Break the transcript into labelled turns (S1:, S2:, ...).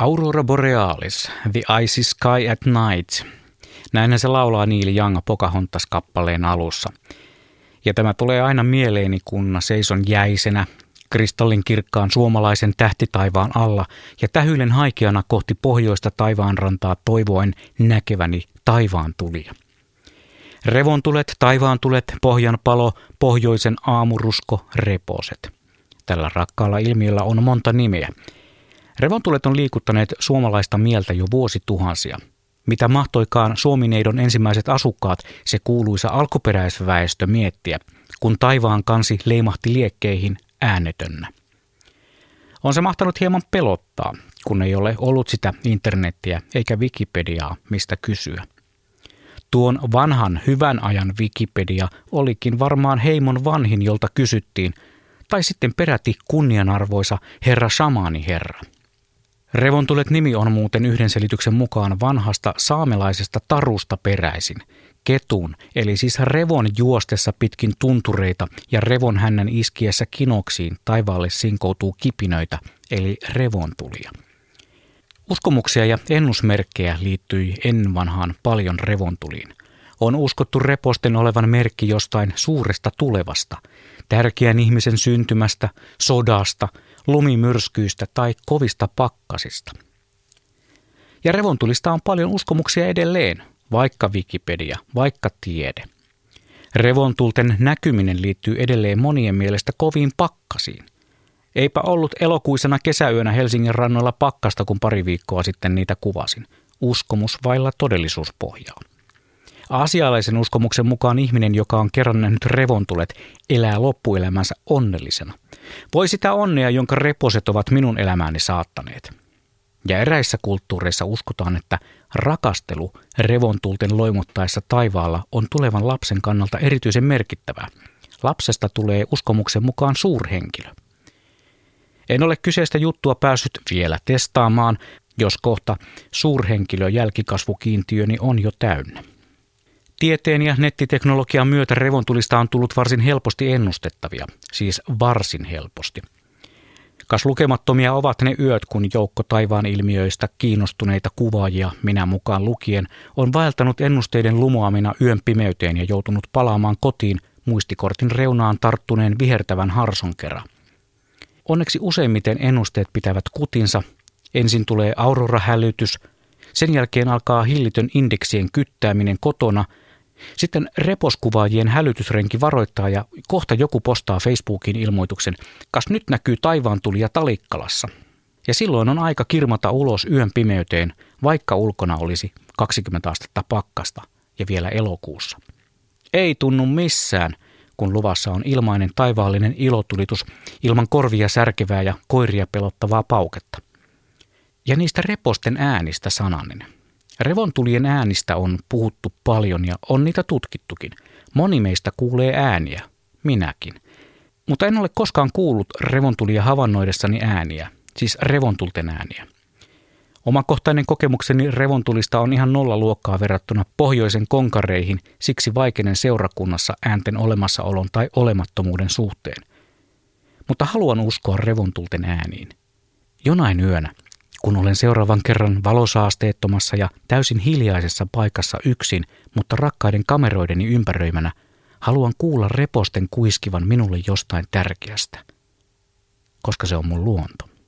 S1: Aurora Borealis, The Icy Sky at Night. Näinhän se laulaa Neil Young Pocahontas-kappaleen alussa. Ja tämä tulee aina mieleeni, kun seison jäisenä, kristallinkirkkaan suomalaisen tähtitaivaan alla ja tähyilen haikeana kohti pohjoista taivaanrantaa toivoen näkeväni taivaan tulia. Revontulet, taivaantulet, pohjanpalo, pohjoisen aamurusko, reposet. Tällä rakkaalla ilmiöllä on monta nimeä. Revontulet on liikuttaneet suomalaista mieltä jo vuosituhansia. Mitä mahtoikaan Suomineidon ensimmäiset asukkaat, se kuuluisa alkuperäisväestö miettiä, kun taivaan kansi leimahti liekkeihin äänetönnä. On se mahtanut hieman pelottaa, kun ei ole ollut sitä internettiä eikä Wikipediaa, mistä kysyä. Tuon vanhan hyvän ajan Wikipedia olikin varmaan heimon vanhin, jolta kysyttiin, tai sitten peräti kunnianarvoisa herra shamaani herra. Revontulet-nimi on muuten yhden selityksen mukaan vanhasta saamelaisesta tarusta peräisin, ketun, eli siis revon juostessa pitkin tuntureita ja revon hännän iskiessä kinoksiin taivaalle sinkoutuu kipinöitä, eli revontulia. Uskomuksia ja ennusmerkkejä liittyi ennen vanhaan paljon revontuliin. On uskottu reposten olevan merkki jostain suuresta tulevasta, tärkeän ihmisen syntymästä, sodasta, lumimyrskyistä tai kovista pakkasista. Ja revontulista on paljon uskomuksia edelleen, vaikka Wikipedia, vaikka tiede. Revontulten näkyminen liittyy edelleen monien mielestä koviin pakkasiin. Eipä ollut elokuisena kesäyönä Helsingin rannoilla pakkasta, kun pari viikkoa sitten niitä kuvasin. Uskomus vailla todellisuuspohjaa. Aasialaisen uskomuksen mukaan ihminen, joka on kerran nähnyt revontulet, elää loppuelämänsä onnellisena. Voi sitä onnea, jonka reposet ovat minun elämääni saattaneet. Ja eräissä kulttuureissa uskotaan, että rakastelu revontulten loimuttaessa taivaalla on tulevan lapsen kannalta erityisen merkittävää. Lapsesta tulee uskomuksen mukaan suurhenkilö. En ole kyseistä juttua päässyt vielä testaamaan, jos kohta suurhenkilö jälkikasvukiintiöni on jo täynnä. Tieteen ja nettiteknologian myötä revontulista on tullut varsin helposti ennustettavia, siis varsin helposti. Kas lukemattomia ovat ne yöt, kun joukko taivaan ilmiöistä kiinnostuneita kuvaajia, minä mukaan lukien, on vaeltanut ennusteiden lumoamina yön pimeyteen ja joutunut palaamaan kotiin muistikortin reunaan tarttuneen vihertävän harson kerran. Onneksi useimmiten ennusteet pitävät kutinsa, ensin tulee aurorahälytys, sen jälkeen alkaa hillitön indeksien kyttääminen kotona, sitten reposkuvaajien hälytysrenki varoittaa ja kohta joku postaa Facebookin ilmoituksen, kas nyt näkyy taivaantulia Talikkalassa. Ja silloin on aika kirmata ulos yön pimeyteen, vaikka ulkona olisi 20 astetta pakkasta ja vielä elokuussa. Ei tunnu missään, kun luvassa on ilmainen taivaallinen ilotulitus ilman korvia särkevää ja koiria pelottavaa pauketta. Ja niistä reposten äänistä sananen. Revontulien äänistä on puhuttu paljon ja on niitä tutkittukin. Moni meistä kuulee ääniä, minäkin. Mutta en ole koskaan kuullut revontulia havainnoidessani ääniä, siis revontulten ääniä. Omakohtainen kokemukseni revontulista on ihan nollaluokkaa verrattuna pohjoisen konkareihin, siksi vaikeinen seurakunnassa äänten olemassaolon tai olemattomuuden suhteen. Mutta haluan uskoa revontulten ääniin. Jonain yönä, kun olen seuraavan kerran valosaasteettomassa ja täysin hiljaisessa paikassa yksin, mutta rakkaiden kameroideni ympäröimänä, haluan kuulla reposten kuiskivan minulle jostain tärkeästä, koska se on mun luonto.